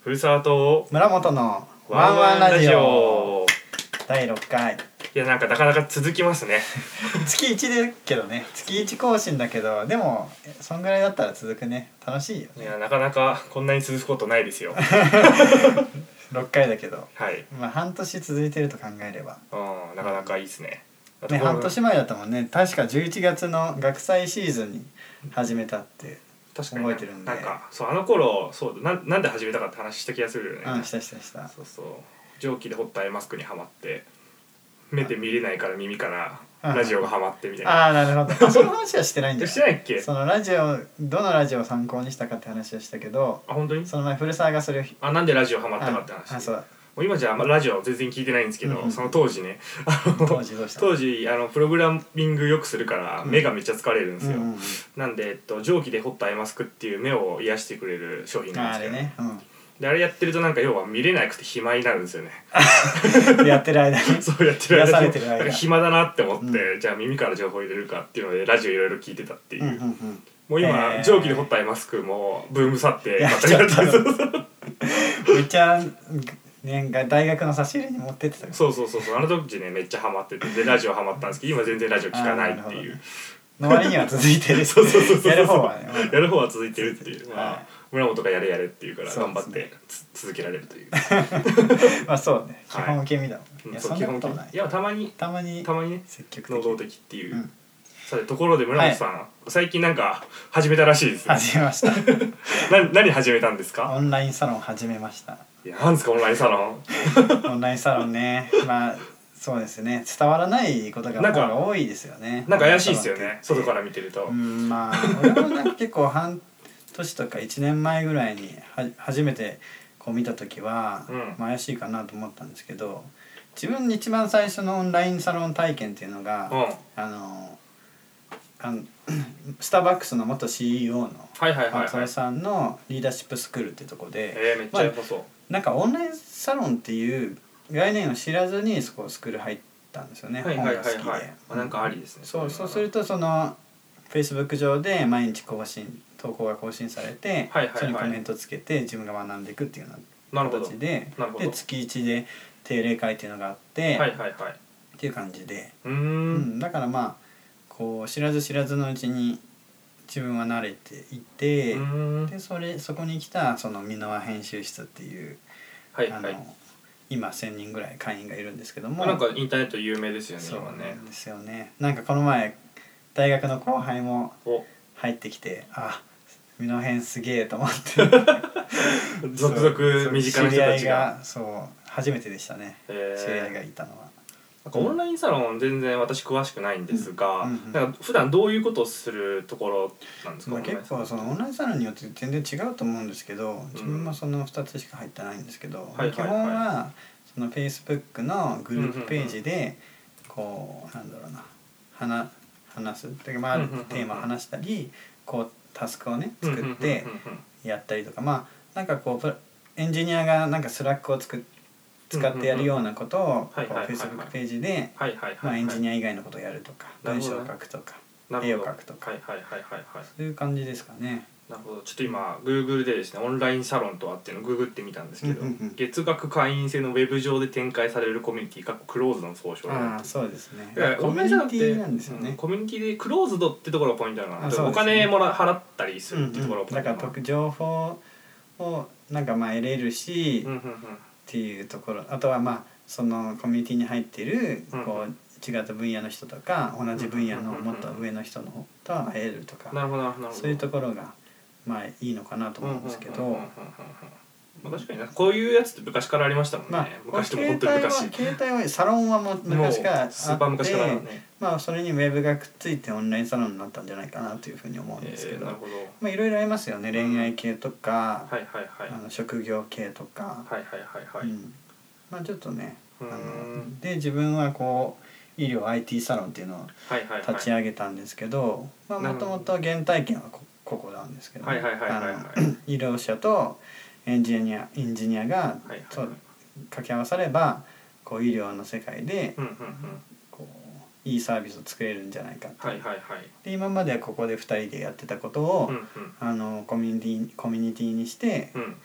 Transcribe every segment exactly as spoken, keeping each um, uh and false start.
古澤と村本のワンワンラジオだいろっかい。 いやなんかなかなか続きますね月いちだけどね、月いち更新だけど、でもそんぐらいだったら続くね。楽しいよね。 いやなかなかこんなに続くことないですよろっかいだけど、 はいまあ半年続いてると考えれば、 うんなかなかいいですね。 ね、半年前だったもんね。確かじゅういちがつの学祭シーズンに始めたって確かに覚えてるんで、 なんかそうあの頃そうだななんで始めたかって話した気がするよね。 うん、したしたした。 そうそう蒸気で掘ったアイマスクにはまって目で見れないから耳からラジオがはまってみたいな。 ああ、なるほど。あ、その話はしてないんだよ。 してないっけ？ そのラジオ、どのラジオを参考にしたかって話をしたけど、 あ本当に？ その前古澤がそれを、 あなんでラジオハマったかって話。 ああ、そうだ。 もう今じゃあラジオ全然聞いてないんですけど、 うんうん、 その当時ねあの当時どうした当時あのプログラミングよくするから目がめっちゃ疲れるんですよ、 うんうんうん、 なんで、えっと、蒸気で彫ったアイマスクっていう目を癒してくれる商品なんですけど、 あれね、うん、 であれやってるとなんか要は見れなくて暇になるんですよねやってる間にそうやってる間にてる間に暇だなって思って、うん、じゃあ耳から情報入れるかっていうのでラジオいろいろ聞いてたっていう、うんうんうん、もう今、えー、蒸気で彫ったアイマスクもブーム去ってやっちゃったのめっちゃね、大学の差し入れに持ってってたから。 そうそうそうそうあの時ねめっちゃハマっててでラジオハマったんですけど今全然ラジオ聞かないっていうの割には続いてるそうそうそうそうやる方はね、まあ、 やる方は続いてるっていう、まあはい、 村本がやれやれっていうから頑張って、ね、続けられるというまあそうね基本受け身だもん、 はい、 いやそんなことない。 いやたまにたまにたまにね積極的能動的っていう、うん、さてところで村本さん、はい、最近なんか始めたらしいですね。 始めましたな何始めたんですか？ オンラインサロン始めました。 いやなんですかオンラインサロンオンラインサロンねまあそうですね伝わらないことがが多いですよね。 なんか怪しいですよね外から見てると。 うんまあ俺もなんか結構半年とかいちねんまえぐらいには初めてこう見た時は、うんまあ、怪しいかなと思ったんですけど自分に一番最初のオンラインサロン体験っていうのが、うん、あのあのスターバックスの元 シーイーオー の松尾さんのリーダーシップスクールっていうところで、 えー、めっちゃ良さそう、まあなんかオンラインサロンっていう概念を知らずにそこスクール入ったんですよね。 はいはいはいはい、 本が好きで、 まあ、なんかありですね。 そうそうするとその Facebook 上で毎日更新投稿が更新されて、はいはいはい、それにコメントつけて自分が学んでいくっていうような形で、で月いちで定例会っていうのがあって、はいはいはい、っていう感じで、 うーん、 うん、だからまあこう知らず知らずのうちに自分は慣れていて、でそれそこに来たその箕輪編集室っていう、はいはい、あの今せんにんぐらい会員がいるんですけども、 なんかインターネット有名ですよね。 そうなんですよね。なんかこの前大学の後輩も入ってきてあ箕輪編すげえと思って続々身近な人たちがそう初めてでしたね、えー、知り合いがいたのは。 なんかオンラインサロン全然私詳しくないんですが、うんうんうん、なんか普段どういうことをするところなんですか？ まあ、結構そのオンラインサロンによって全然違うと思うんですけど、自分もそのふたつしか入ってないんですけど、うん、基本はその Facebook のグループページでこうなんだろうな話話すてかまああるテーマを話したりこうタスクをね作ってやったりとか、まあなんかこうエンジニアがなんかスラックを作って使ってやるようなことを Facebook ページでエンジニア以外のことをやるとか文章を書くとか絵を描くとかそういう感じですかね。 なるほど。ちょっと今 Google でですねオンラインサロンとはっていうのをググってみたんですけど、うんうんうん、月額会員制のウェブ上で展開されるコミュニティクローズの総称ああそうですね。 コミュニティなんですよね、うん、コミュニティでクローズドってところがポイントなの、ね、お金もら払ったりするっていうところがポイントなの、 うんうん、だから情報をなんかまあ得れるし、うんうんうんっていうところあとはまあそのコミュニティに入っているこう違った分野の人とか同じ分野のもっと上の人のと会えるとかそういうところがまあいいのかなと思うんですけど、 まあ、確かにねこういうやつって昔からありましたもんね、まあ、昔でも本当に昔携帯はサロンはもう昔からあってスーパー昔からね、 まあそれにウェブがくっついてオンラインサロンになったんじゃないかなというふうに思うんですけど、 えー、なるほど。 まあいろいろありますよね。恋愛系とか、 はいはいはい、 あの職業系とか、 はいはいはいはい、 うんまあちょっとねあので自分はこう医療 アイティー サロンっていうのを立ち上げたんですけどもともと原体験は こ, ここなんですけど、ね、医療者とエンジニアエンジニアが、はいはい、そう掛け合わさればこう医療の世界で、うんうんうん、こういいサービスを作れるんじゃないかって、はいはいはい、で今まではここでふたりでやってたことを、うんうん、あのコミュニティコミュニティにして、うん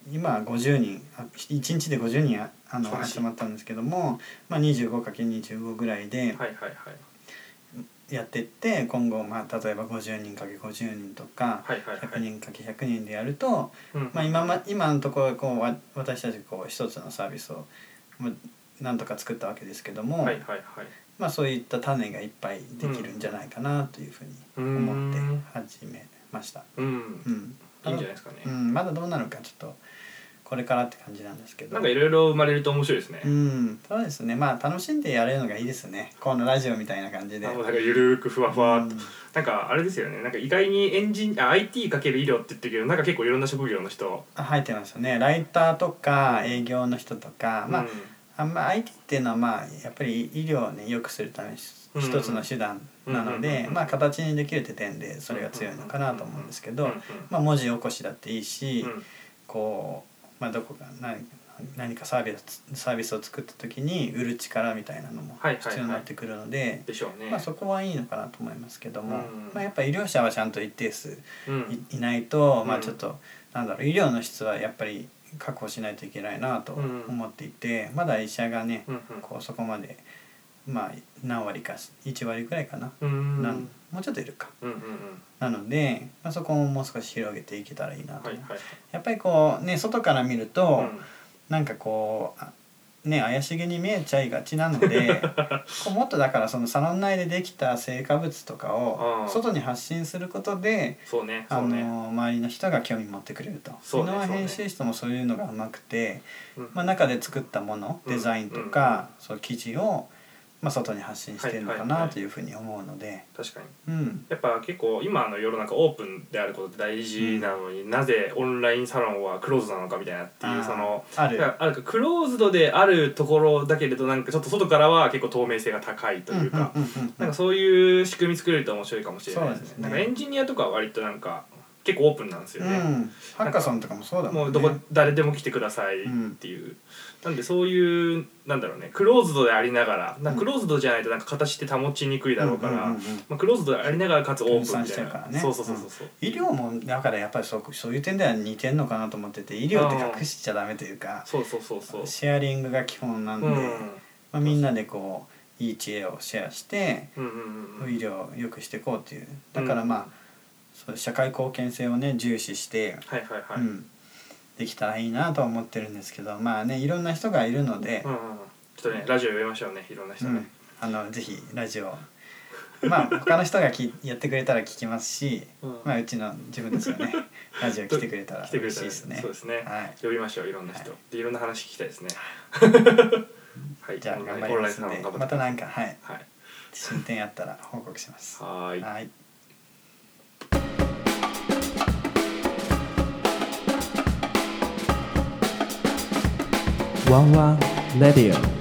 今はごじゅうにんいちにちでごじゅうにんああの集まったんですけども、まあ、にじゅうごかけるにじゅうご ぐらいではいはいはいやってって、今後まあ例えばごじゅうにんかけるごじゅうにんとかはいはいはいひゃくにんかけるひゃくにんでやると、 うんまあ、今ま今のところこうわ私たちこう一つのサービスをまあなんとか作ったわけですけども、 はいはいはいまあ、そういった種がいっぱいできるんじゃないかなというふうに思って始めました。 うん、 うんいいんじゃないですかね、 うん、まだどうなるかちょっとこれからって感じなんですけど、 なんかいろいろ生まれると面白いですね。 うん、そうですね。まあ楽しんでやれるのがいいですね。このラジオみたいな感じで。 あのなんかゆるーくふわふわっと、 うんなんかあれですよね。なんか意外にエンジンあ アイティー かける医療って言ってるけど、なんか結構いろんな職業の人、 あ入ってますよね。ライターとか営業の人とか、まあ、 うんあんま アイティー っていうのはまあやっぱり医療をね良くするために一つの手段なので、まあ形にできるって点でそれが強いのかなと思うんですけど、まあ文字起こしだっていいし、 うんこうまあどこか何何かサービスサービスを作った時に売る力みたいなのも必要になってくるので、 でしょうね。 まあそこはいいのかなと思いますけども、 うんまあやっぱ医療者はちゃんと一定数うんいいないと、まあうんちょっとなんだろう医療の質はやっぱり確保しないといけないなと思っていて、まだ医者がねうんこうそこまでまあ何割かいちわりくらいかな、 うんなんもうちょっといるか。 うんうんうんなので、まあ、そこをもう少し広げていけたらいいなと思う、 はいはいやっぱりこうね外から見ると、 うんなんかこうあね怪しげに見えちゃいがちなのでこうもっとだからそのサロン内でできた成果物とかをうん外に発信することで、 そうねあそうねの周りの人が興味持ってくれると。 そうね井上編集室もそういうのがうまくて、 うんまあ、中で作ったものうんデザインとか、そう記事を、まあ、外に発信してるのかはいはいはないというふうに思うので、 確かにうんやっぱ結構今の世の中オープンであることって大事なのに、なぜオンラインサロンはクローズなのかみたいなっていうそのあるだからあるかクローズドであるところだけれどなんかちょっと外からは結構透明性が高いというか、 うんうんうんうんなんかそういう仕組み作れると面白いかもしれないですね。 そうですねなんかエンジニアとかは割となんか結構オープンなんですよね。 うん、ハッカソンとかもそうだもんね。 もうどこ誰でも来てくださいっていう、なんでそういうなんだろうねクローズドでありながらなんかクローズドじゃないとなんか形って保ちにくいだろうから、 うんうんうんうんまあ、クローズドでありながらかつオープンみ分散したいな、 てるからね。 そうそうそうそうそう、 医療もだからやっぱりそうそういう点では似てんのかなと思ってて、医療って隠しちゃダメというか、 そうそうそうそうシェアリングが基本なんで、 うんまあ、みんなでこういい知恵をシェアしてうんうんうん医療を良くしていこうっていう。だからまあ、そう社会貢献性をね重視して、 はいはいはい、 うん、できたらいいなとは思ってるんですけど、まあねいろんな人がいるので、 うんうん、ちょっとねラジオ呼びましょうねいろんな人ね、 うん、あのぜひラジオまあ他の人がきやってくれたら聞きますし、 うんまあうちの自分たちがねラジオ来てくれたら来てくれたら嬉しいですね。 そうですね、 はい呼びましょういろんな人、 はいでいろんな話聞きたいですねはいじゃあ頑張りますんで、またなんかはいはい進展あったら報告します。 はーいはい。 ワンワンレディオ。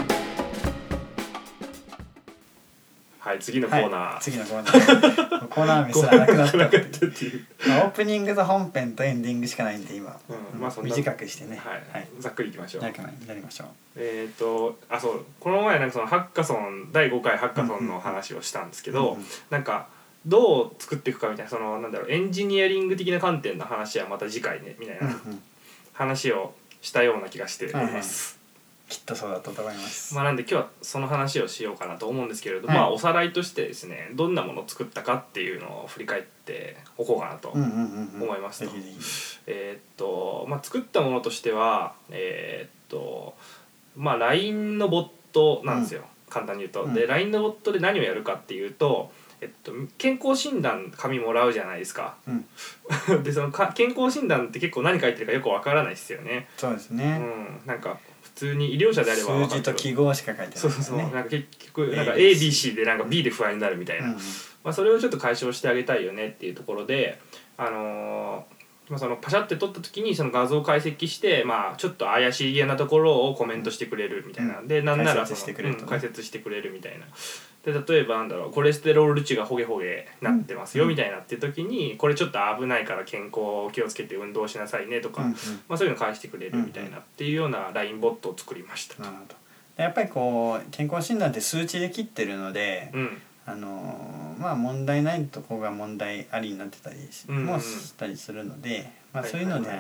はい次のコーナー、 はい、次のコーナーコーナー名すらなくなったっていうっていうまあオープニングと本編とエンディングしかないんで今、 うんまあそんな短くしてね、 はい、 はい、 ざっくりいきましょう。 やりましょう。 えっ、とあそうこの前なんかそのハッカソンだいごかいハッカソンの話をしたんですけど、 うんうんなんかどう作っていくかみたいなそのなんだろうエンジニアリング的な観点の話はまた次回ねみたいなうんうん話をしたような気がしております。 きっとそうだったと思います。 まあなんで今日はその話をしようかなと思うんですけれど、 はいまあおさらいとしてですねどんなものを作ったかっていうのを振り返っておこうかなとうんうんうんうん思いますと。 ぜひぜひ。 えーっとまあ作ったものとしてはえーっとまあ ライン のボットなんですよ、簡単に言うと。 うんで ライン のボットで何をやるかっていうと、えっと、健康診断紙もらうじゃないですか。 うんでそのか健康診断って結構何書いてるかよくわからないですよね。 そうですうね。 ん、なんか普通に医療者であればわか数字とるけど記号しか書いてないからね。 そうそうそうなんか結局なんか A B C エービーシー でなんか B で不安になるみたいな、 うんうんまあ、それをちょっと解消してあげたいよねっていうところで、あのーまあ、そのパシャって撮った時にその画像を解析して、まあ、ちょっと怪しげなところをコメントしてくれるみたいな、 うんでなんなら解説してくれるとねうん解説してくれるみたいな。で例えばなんだろうコレステロール値がホゲホゲなってますよみたいなっていう時に、これちょっと危ないから健康気をつけて運動しなさいねとか、 うんうんまあ、そういうの返してくれるみたいなっていうような ライン ボットを作りましたと。 なるほど。やっぱりこう健康診断って数値で切ってるので、 うんあのーまあ問題ないとこが問題ありになってたりしうんうんもしたりするので、まあ、そういうので、 はいはいはいま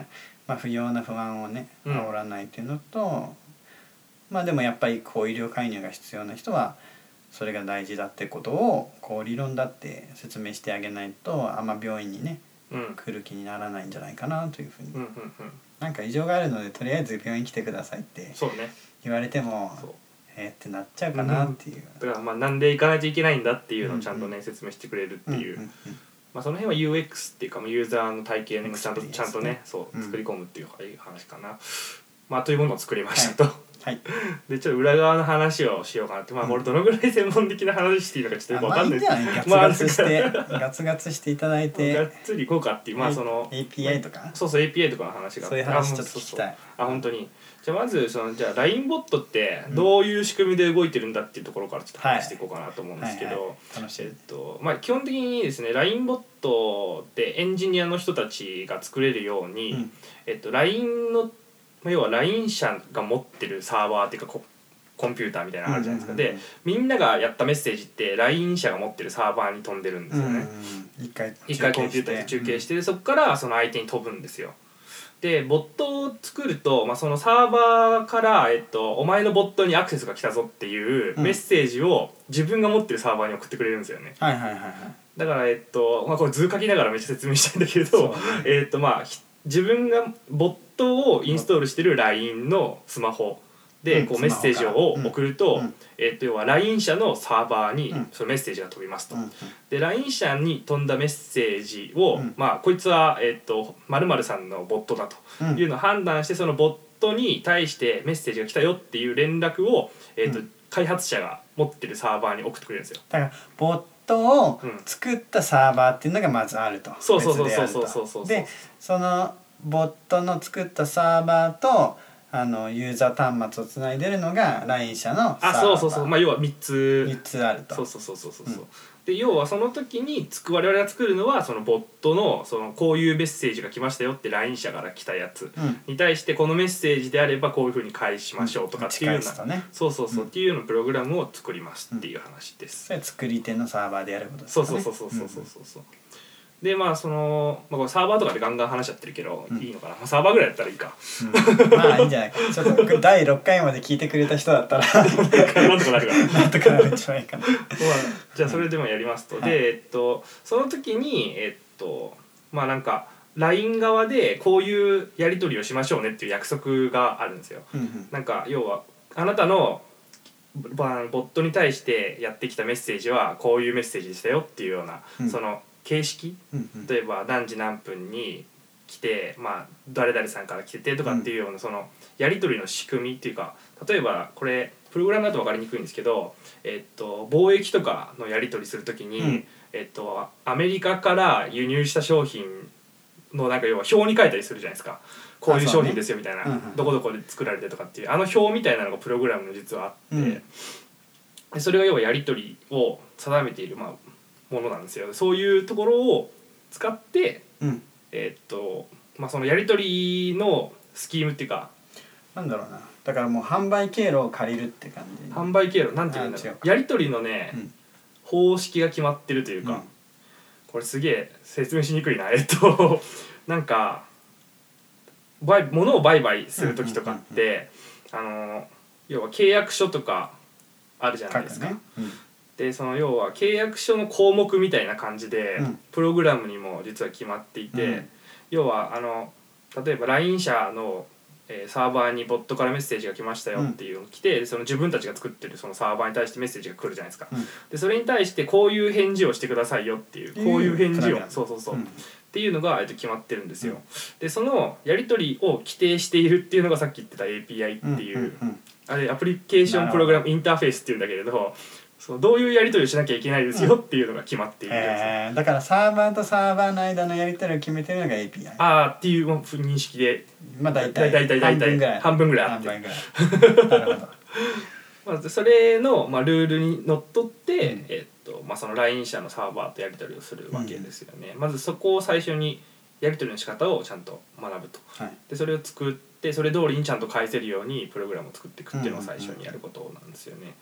まあ、不要な不安をねうん煽らないっていうのと、まあでもやっぱりこう医療介入が必要な人はそれが大事だってことをこう理論だって説明してあげないとあんま病院にねうん来る気にならないんじゃないかなというふうに、 うんうんうんなんか異常があるのでとりあえず病院来てくださいってそうね言われてもそうえーってなっちゃうかなっていう、 だからまあなんで行かないといけないんだっていうのをちゃんとね、 うん説明してくれるっていう、 うんうんまあ、その辺は ユーエックス っていうかユーザーの体系のちゃんとエクスペリエンスねちゃんとねそううん作り込むっていう話かな、まあというものを作りましたと、 はい、 でちょっと裏側の話をしようかなって、まあこれどのぐらい専門的な話していいのかちょっとよくわかんないですあまあいいんじゃないガツガツして、ガツガツしていただいてがっつりいこうかっていうまあそのエーピーアイ とかそうそう エーピーアイ とかの話がそういう話ちょっと聞きたい。 あ本当にじゃあまずそのじゃあ ライン ボットってどういう仕組みで動いてるんだっていうところからちょっと話していこうかなと思うんですけど、 はいはいはい楽しいえっとまあ基本的にですね ライン ボットってエンジニアの人たちが作れるように、 うんえっと ライン のまあ要は ライン 社が持ってるサーバーっていうかココンピューターみたいなのあるじゃないですか、 うんうんうんでみんながやったメッセージって ライン 社が持ってるサーバーに飛んでるんですよね、 うん一回一回コンピューターで中継しててそこからその相手に飛ぶんですよ。でボットを作ると、まあ、そのサーバーから、えっと、お前のボットにアクセスが来たぞっていううんメッセージを自分が持ってるサーバーに送ってくれるんですよね。 はいはいはいはいだから、えっとまあ、これ図書きながらめっちゃ説明したいんだけれど、 そうねえっとまあひ自分がボットをインストールしてる ライン のスマホでうんこうメッセージを送ると、 うんうんえっと要は ライン 社のサーバーにうんそのメッセージが飛びますと。 うんで ライン 社に飛んだメッセージを、 うんまあこいつはえっと〇〇さんのボットだとうんいうのを判断してそのボットに対してメッセージが来たよっていう連絡を、えっとうん開発者が持ってるサーバーに送ってくれるんですよ。 だからボットをうん作ったサーバーっていうのがまずあると、 そうそうそう別であるとそうそうそうそうでそのボットの作ったサーバーとあのユーザー端末をつないでるのが ライン 社のサーバーあそうそうそうまあ要はみっつみっつあるとそうそうそうそうそう、 うんで要はその時につく我々が作るのはそのボットのそのこういうメッセージが来ましたよって ライン 社から来たやつうんに対してこのメッセージであればこういうふうに返しましょうとかっていうような、 打ち返すとねそうそうそう、 うんっていうようなプログラムを作りますっていう話です、 それ作り手のサーバーでやることですそよねうそうそうそうそうそうそう、でまあその、まあ、これサーバーとかでガンガン話しちゃってるけど、 うんいいのかな、まあ、サーバーぐらいだったらいいかうんまあいいんじゃないかちょっとだいろっかいまで聞いてくれた人だったらなんとかなるからなんとかなるんじゃないかなまあ、じゃあそれでもやりますと、 うんで、えっと、その時にえっとまあなんか ライン 側でこういうやり取りをしましょうねっていう約束があるんですよ。 うんうんなんか要はあなたのボボットに対してやってきたメッセージはこういうメッセージでしたよっていうような、 うんその形式うんうん例えば何時何分に来て、まあ、誰々さんから来ててとかっていうようなそのやり取りの仕組みっていうか例えばこれプログラムだと分かりにくいんですけど、えっと、貿易とかのやり取りするときに、 うんえっと、アメリカから輸入した商品のなんか要は表に書いたりするじゃないですかこういう商品ですよみたいな、 うんうんどこどこで作られてとかっていうあの表みたいなのがプログラムの実はあって、 うんでそれが要はやり取りを定めている、まあ、ものなんですよ。そういうところを使ってうんえーっとまあ、そのやり取りのスキームっていうかなんだろうなだからもう販売経路を借りるって感じ販売経路なんていうんだろあ違ううやり取りのね、 うん方式が決まってるというか、 うんこれすげえ説明しにくいなえっとなんか売物を売買する時とかって、あの要は契約書とかあるじゃないですか。 ねうんでその要は契約書の項目みたいな感じで、 うんプログラムにも実は決まっていて、 うん要はあの例えば ライン 社の、えーサーバーにボットからメッセージが来ましたよっていうのが来て、その自分たちが作ってるそのサーバーに対してメッセージが来るじゃないですか。 うんでそれに対してこういう返事をしてくださいよっていうこういう返事をそうそうそう、 うんっていうのが、えっと、決まってるんですよ。 うんでそのやり取りを規定しているっていうのがさっき言ってた エーピーアイ っていう、 うんうんうんあれアプリケーションプログラムインターフェースっていうんだけれどそのどういうやり取りをしなきゃいけないですよっていうのが決まっているやつ、 えーだからサーバーとサーバーの間のやり取りを決めてるのが エーピーアイあーっていうまあ認識でまあ大大体体大体大半分ぐらい体半分ぐらいあって半分ぐらいなるほどまずそれの、まあ、ルールにのっとって、 うんえっとまあ、その ライン 社のサーバーとやり取りをするわけですよね、まずそこを最初にやり取りの仕方をちゃんと学ぶとはいでそれを作ってそれ通りにちゃんと返せるようにプログラムを作っていくっていうのを最初にやることなんですよね。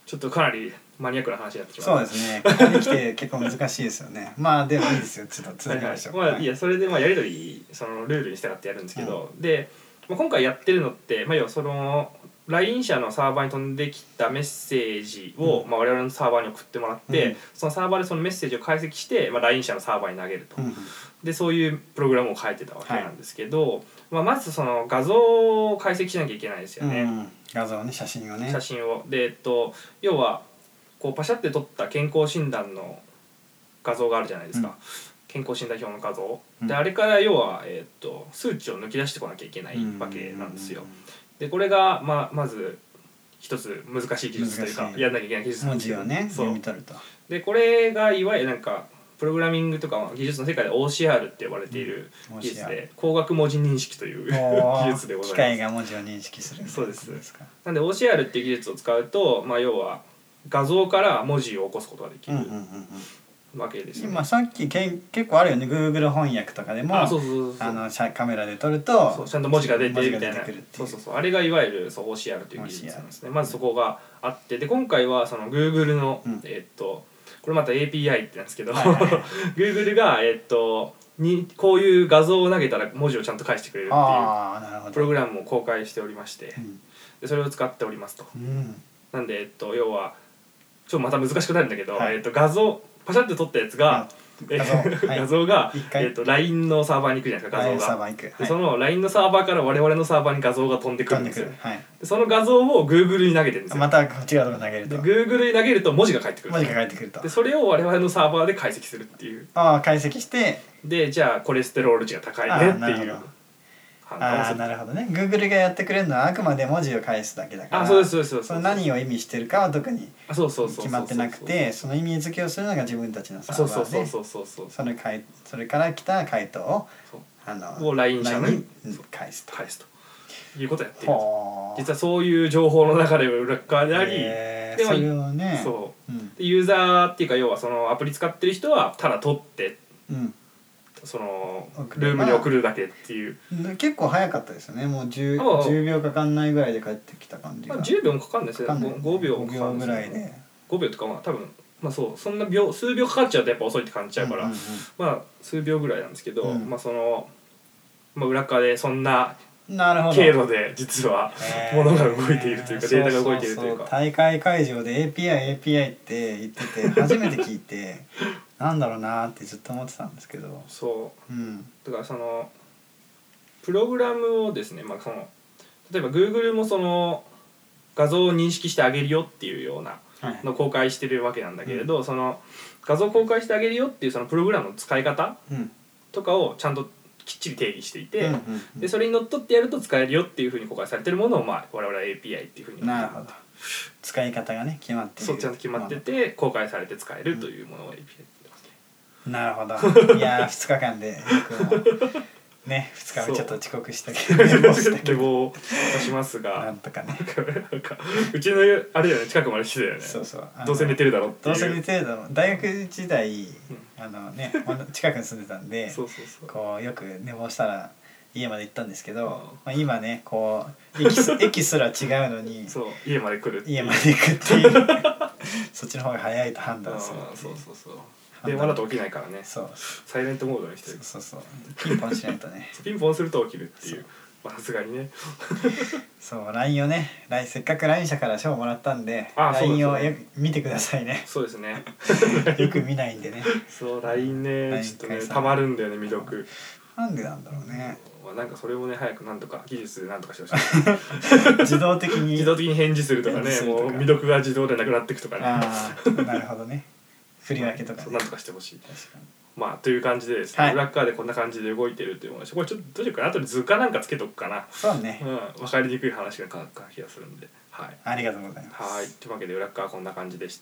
ちょっとかなりマニアックな話になってしまそうですね。ここに来て結構難しいですよね。まあでもいいですよ。ちょっと続きましょう。 はいはい、まあいやそれでまあやり取りそのルールに従ってやるんですけど、うん、で、まあ、今回やってるのって、まあ、要はその ライン 社のサーバーに飛んできたメッセージを、うん、まあ、我々のサーバーに送ってもらって、うん、そのサーバーでそのメッセージを解析して、まあ、ライン 社のサーバーに投げると、うん、でそういうプログラムを書いてたわけなんですけど、はい、まあ、まずその画像を解析しなきゃいけないですよね、うん、 画像ね、写真をね写真をで、えっと、要はこうパシャって撮った健康診断の画像があるじゃないですか、うん、健康診断表の画像、うん、であれから要は、えー、っと数値を抜き出してこなきゃいけないわけなんですよ。でこれが、まあ、まず一つ難しい技術というかやんなきゃいけない技術なんですけど、 文字をね読み取ると。 でこれがいわゆるなんかプログラミングとか技術の世界で オーシーアール って呼ばれている技術で、光学文字認識という技術でございます。 機械が文字を認識する。 そうです。なんで オーシーアール っていう技術を使うと、まあ、要は画像から文字を起こすことができるわけですよね。 今さっきけ結構あるよね、 Google 翻訳とかでもあのカメラで撮るとそうちゃんと文字が出てみたいな、そうそうそう、あれがいわゆるそう オーシーアール という技術なんですね。まずそこがあって、で今回はその Google の、うん、えー、っとこれまた エーピーアイ ってなんですけど、はいはいはい、Google が、えー、っとにこういう画像を投げたら文字をちゃんと返してくれるっていうプログラムを公開しておりまして、うん、でそれを使っておりますと、うん、なんで、えっと、要はちょっとまた難しくなるんだけど、はい、えっと、画像パシャって撮ったやつが、うん、画像、はい、画像が、えっと、ライン のサーバーに行くじゃないですか、画像が、はい、でその ライン のサーバーから我々のサーバーに画像が飛んでくるんですよ、はい、でその画像を Google に投げてるんですよ。 また違うとこ投げると Google に投げると文字が返ってくる文字が返ってくるとでそれを我々のサーバーで解析するっていう。 ああ、解析してでじゃあコレステロール値が高いねっていう。 ああ、なるほどね。 Google がやってくれるのはあくまで文字を返すだけだから、 あ、そうですそうですそうです、 その何を意味してるかは特に決まってなくて、その意味付けをするのが自分たちのサーバーで、それかいそれから来た回答をあのを ライン 社に返すと返すということをやっている。実はそういう情報の中で裏側であり、 えー、でそれをね、 そう、うん、でユーザーっていうか要はそのアプリ使ってる人はただ取って、うん、そのルームに送るだけっていう。 結構早かったですよね。もう 10, じゅうびょうかかんないぐらいで帰ってきた感じが、 まあ、じゅうびょうもかかんないですよね。ごびょうごびょうぐらいでごびょうとかまあ多分まあそうそんな秒数秒かかっちゃうとやっぱ遅いって感じちゃうから、うんうんうん、まあ数秒ぐらいなんですけど、うん、まあその、まあ、裏側でそんな経路で実は物が動いているというか、データが動いているというか、そうそうそう、 大会会場で エーピーアイ エーピーアイ って言ってて初めて聞いてなんだろうなってずっと思ってたんですけど、 そう、うん、だからそのプログラムをですね、まあ、その例えば Google もその画像を認識してあげるよっていうようなのを公開してるわけなんだけれど、はい、その画像を公開してあげるよっていうそのプログラムの使い方とかをちゃんときっちり定義していて、うんうんうん、でそれにのっとってやると使えるよっていうふうに公開されてるものを、まあ、我々は エーピーアイ っていうふうに。 なるほど。使い方がね決まってる。 そうちゃんと決まってて公開されて使えるというものを エーピーアイ って言ってますね。なるほど。いやふつかかんで僕もねふつかはちょっと遅刻したけど寝坊しますがなんとかねなんかうちのあれだよね、近くまで来てたよね。 そうそう、 どうせ寝てるだろっていう。 どうせ寝てるだろ。大学時代、うん、あのね近くに住んでたんでそうそうそう、 こうよく寝坊したら家まで行ったんですけど、まあ、今ねこう駅 す, 駅すら違うのにそう家まで来るっていう家まで行くっていうそっちの方が早いと判断するっていう。 そうそうそう、電話だと起きないからね。 そうサイレントモードにしてる。 そうそうピンポンしないとねピンポンすると起きるっていう、さすがにねそう ライン をねせっかく ライン 社から賞もらったんで ライン をよく見てくださいね。 そうですねよく見ないんでね。 そう ライン ねちょっとねたまるんだよね未読。 なんでなんだろうね。 なんかそれをね早くなんとか技術でなんとかしてほしい自動的に自動的に返事するとかね、もう未読が自動でなくなっていくとかね。 ああなるほどね。振り分けとかね、 なんとかしてほしい。確かに。まあという感じでですね、はい、裏側でこんな感じで動いてるっていうもので、これちょっとどうしようかな、後で図鑑なんかつけとくかな。 そうね、 うん、分かりにくい話がかか気がするんで、はい、 ありがとうございます。 はい、というわけで裏側はこんな感じでした。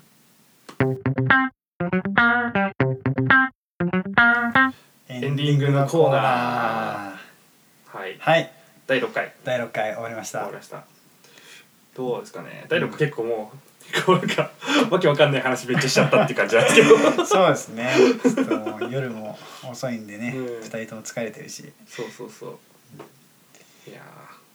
エンディングのコーナー。はい、 はい、 だいろっかいだいろっかい終わりました。 終わりました。どうですかね、だいろっかい結構もうこうなんかわけわかんない話めっちゃしちゃったっていう感じなんですけどそうですね、ちょっともう夜も遅いんでね、うん、ふたりとも疲れてるし。 そうそうそう、いや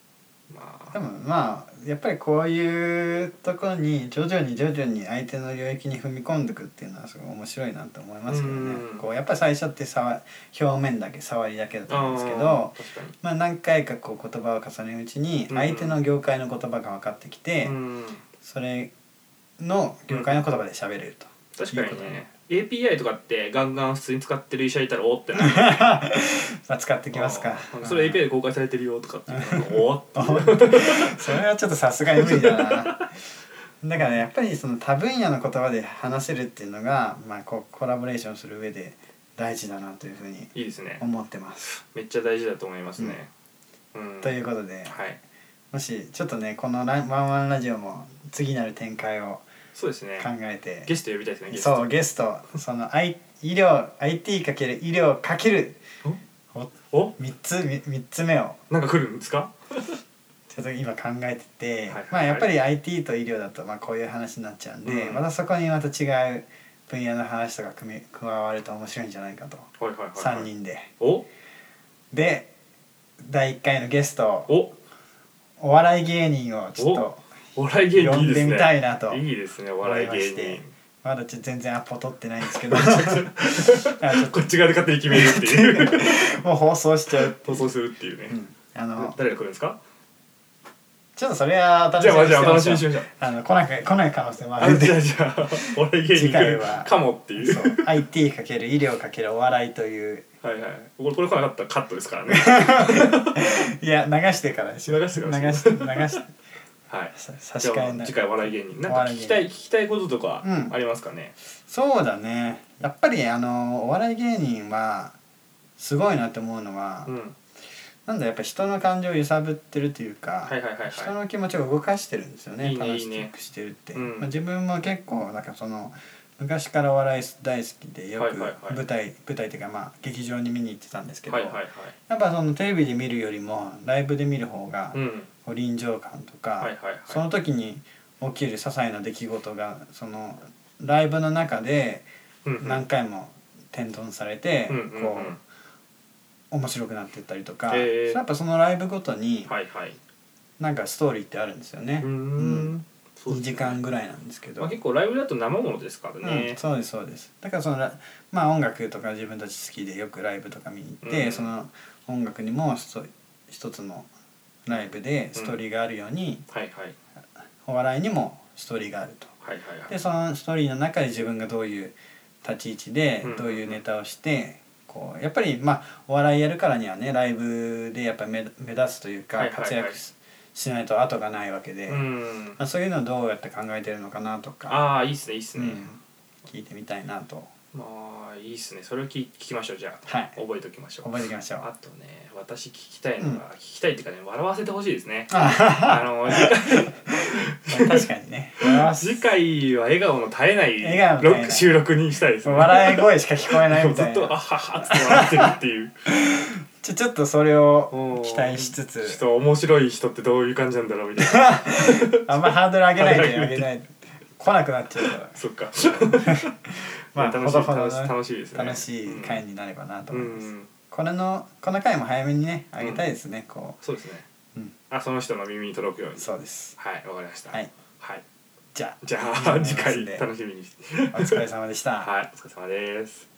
まあでもまあやっぱりこういうところに徐々に徐々に相手の領域に踏み込んでいくっていうのはすごい面白いなと思いますけどね。 うんこうやっぱり最初ってさ表面だけ触りだけだと思うんですけあーど、 確かにまあ、何回かこう言葉を重ねるうちに相手の業界の言葉が分かってきて、 うんそれの業界の言葉で喋れると、 確かいいことねにね エーピーアイ とかってガンガン普通に使ってる医者いたらおってなるまあ使ってきますか。 あーそれ エーピーアイ で公開されてるよとかっていうのおってそれはちょっとさすがに無理だな。だからやっぱりその多分野の言葉で話せるっていうのが、まあ、こうコラボレーションする上で大事だなというふうにいいですね。 思ってます。 めっちゃ大事だと思いますね。うんということで、 はい。 もしちょっとねこのラ「ワンワンラジオ」も次なる展開をそうですね考。えて、 ゲスト呼びたいですね。ゲストそうゲストその、I、医療 アイティー かける医療かけるおみっつみみっつめをなんか来るんですか？ ちょっと今考えてて、 はいはいはいまあやっぱり アイティー と医療だとまあこういう話になっちゃうんで、 うんまたそこにまた違う分野の話とか組み加わると面白いんじゃないかと、 はいはいはいはい。 さんにんでおでだいいっかいのゲストおお笑い芸人をちょっとお笑い芸人いいですね。 呼んでみたいなといいですねお笑い芸思いまして人。 まだちょっと全然アポ取ってないんですけどあちょっこっち側で勝手に決めるっていうともう放送しちゃうっていう放送するっていうね。 うん、あの誰が来るんですか？ ちょっとそれは楽しじゃあまあじゃあおみにしてましょう楽しみにしましょう。 あの来なく来ない可能性もああるんでじゃあじゃあお笑い芸人来るかもっていう。 そう アイティー かける医療かけるお笑いというはいはい。これこれ来なかったらカットですからね。 いや流してからでしょ流してから流して流してはい。 さ差しじゃあ替えない次回お笑い芸人なんかお笑い芸人聞きたい聞きたいこととかうんありますかね？ そうだねやっぱりあのお笑い芸人はすごいなって思うのは、 うん。 なんだやっぱ人の感情を揺さぶってるというか、 はいはいはいはい。 人の気持ちを動かしてるんですよね。 いいね楽しくしてるって、 いいねうんまあ、自分も結構なんかその昔からお笑い大好きでよくはいはいはい舞台、舞台っていうかまあ劇場に見に行ってたんですけど、 はいはいはい。 やっぱそのテレビで見るよりもライブで見る方がうん。 こう臨場感とか、 はいはいはい。 その時に起きる些細な出来事がそのライブの中でうんうん何回も転頓されて、 うんうんうんこう面白くなっていったりとか、 へーやっぱそのライブごとにはいはい。 なんかストーリーってあるんですよね。 うーん。そうにですねじかんぐらいなんですけど、 まあ結構ライブだと生ものですからうんね。 そうですそうです。だからそのラまあ音楽とか自分たち好きでよくライブとか見に行って、 うんその音楽にもそ一つのライブでストーリーがあるように、 はいはいお笑いにもストーリーがあると。 はいはいはい。 でそのストーリーの中で自分がどういう立ち位置でうんどういうネタをして、こうやっぱりまあお笑いやるからにはねライブでやっぱり目目立つというか、 はいはいはい活躍ししないと後がないわけで、 うまん。 あ、そういうのをどうやって考えてるのかなとか、 ああいいっすねいいっすね。 うん、聞いてみたいなとまあいいっすねそれを聞聞きましょうじゃあ。 はい覚えておきましょう。 覚えておきましょう。 あとね私聞きたいのが、 うん聞きたいっていうかね笑わせてほしいですね。 ああの次回確かにね笑わす次回は笑顔の絶えない笑顔の絶えないロック収録にしたいですね。 笑い声しか聞こえないみずたいなっとあははっつって笑ってるっていう。 ちょちょっとそれを期待しつつちょっと面白い人ってどういう感じなんだろうみたいな。 あんまハードル上げないで上げないで来なくなっちゃうからそっか。 まあ楽しいほどほど楽しい楽しいですね。 楽しい回になればなとう思います、 ん。 これのこの回も早めにね上げたいですね、こそうですね。 うんあその人の耳に届くよううに。 そうですはいわかりました。 はいはい。 じゃあじゃ以上あ次回になりますんで楽しみにして。 お疲れ様でした、 はいお疲れ様です。